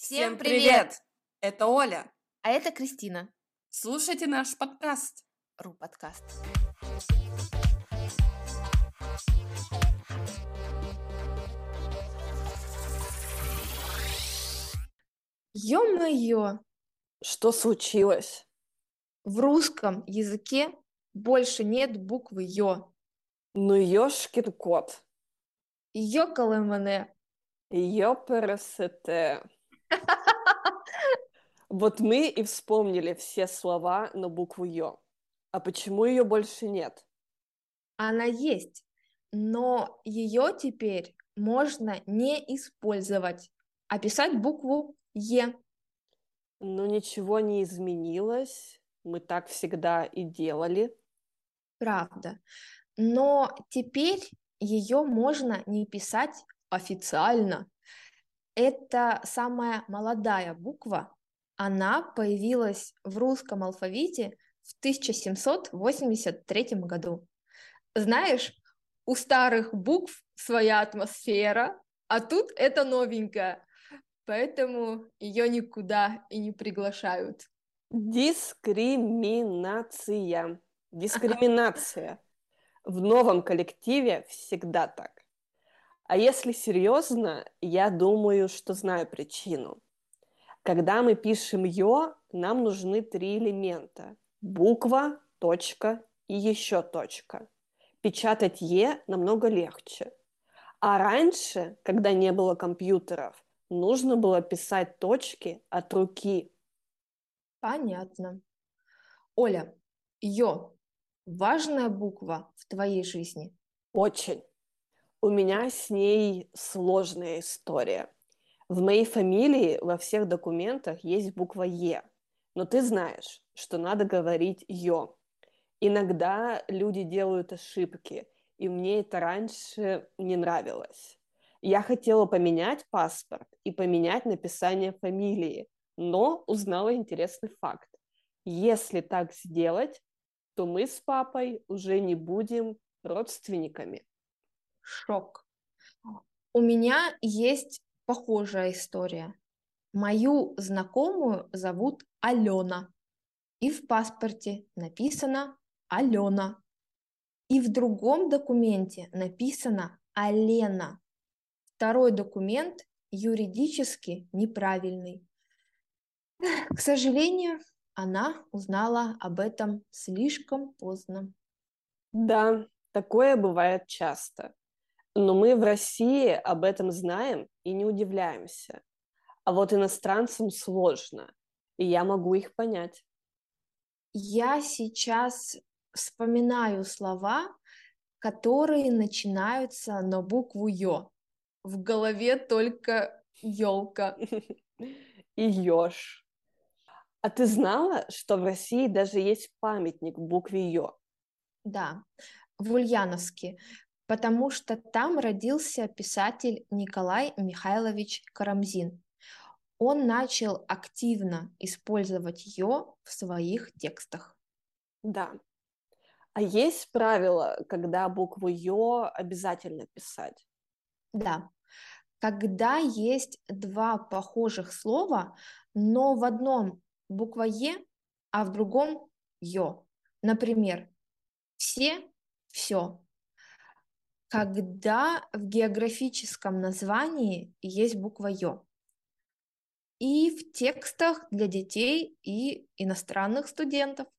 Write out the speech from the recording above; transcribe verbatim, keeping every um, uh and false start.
Всем привет! Это Оля. А это Кристина. Слушайте наш подкаст. Ру подкаст. Ё-моё! Что случилось? В русском языке больше нет буквы Ё. Ну ёшкин кот. Ёкалэмэне. Ёпересете. Вот мы и вспомнили все слова на букву Ё. А почему ее больше нет? Она есть, но ее теперь можно не использовать, а писать букву Е. Ну ничего не изменилось. Мы так всегда и делали. Правда. Но теперь ее можно не писать официально. Это самая молодая буква. Она появилась в русском алфавите в тысяча семьсот восемьдесят третьем году. Знаешь, у старых букв своя атмосфера, а тут это новенькое, поэтому ее никуда и не приглашают. Дискриминация. Дискриминация. В новом коллективе всегда так. А если серьезно, я думаю, что знаю причину. Когда мы пишем «ё», нам нужны три элемента. Буква, точка и еще точка. Печатать «е» намного легче. А раньше, когда не было компьютеров, нужно было писать точки от руки. Понятно. Оля, Ё – важная буква в твоей жизни? Очень. У меня с ней сложная история. В моей фамилии во всех документах есть буква «е», но ты знаешь, что надо говорить «ё». Иногда люди делают ошибки, и мне это раньше не нравилось. Я хотела поменять паспорт и поменять написание фамилии, но узнала интересный факт. Если так сделать, то мы с папой уже не будем родственниками. Шок. У меня есть похожая история. Мою знакомую зовут Алена, и в паспорте написано Алена, и в другом документе написано Алена. Второй документ юридически неправильный. К сожалению, она узнала об этом слишком поздно. Да, такое бывает часто. Но мы в России об этом знаем и не удивляемся. А вот иностранцам сложно, и я могу их понять. Я сейчас вспоминаю слова, которые начинаются на букву Ё. В голове только елка. И ёж. А ты знала, что в России даже есть памятник букве Ё? Да, в Ульяновске, потому что там родился писатель Николай Михайлович Карамзин. Он начал активно использовать Ё в своих текстах. Да. А есть правило, когда букву Ё обязательно писать? Да, когда есть два похожих слова, но в одном буква Е, а в другом Ё. Например, все, все. Когда в географическом названии есть буква Ё. И в текстах для детей и иностранных студентов.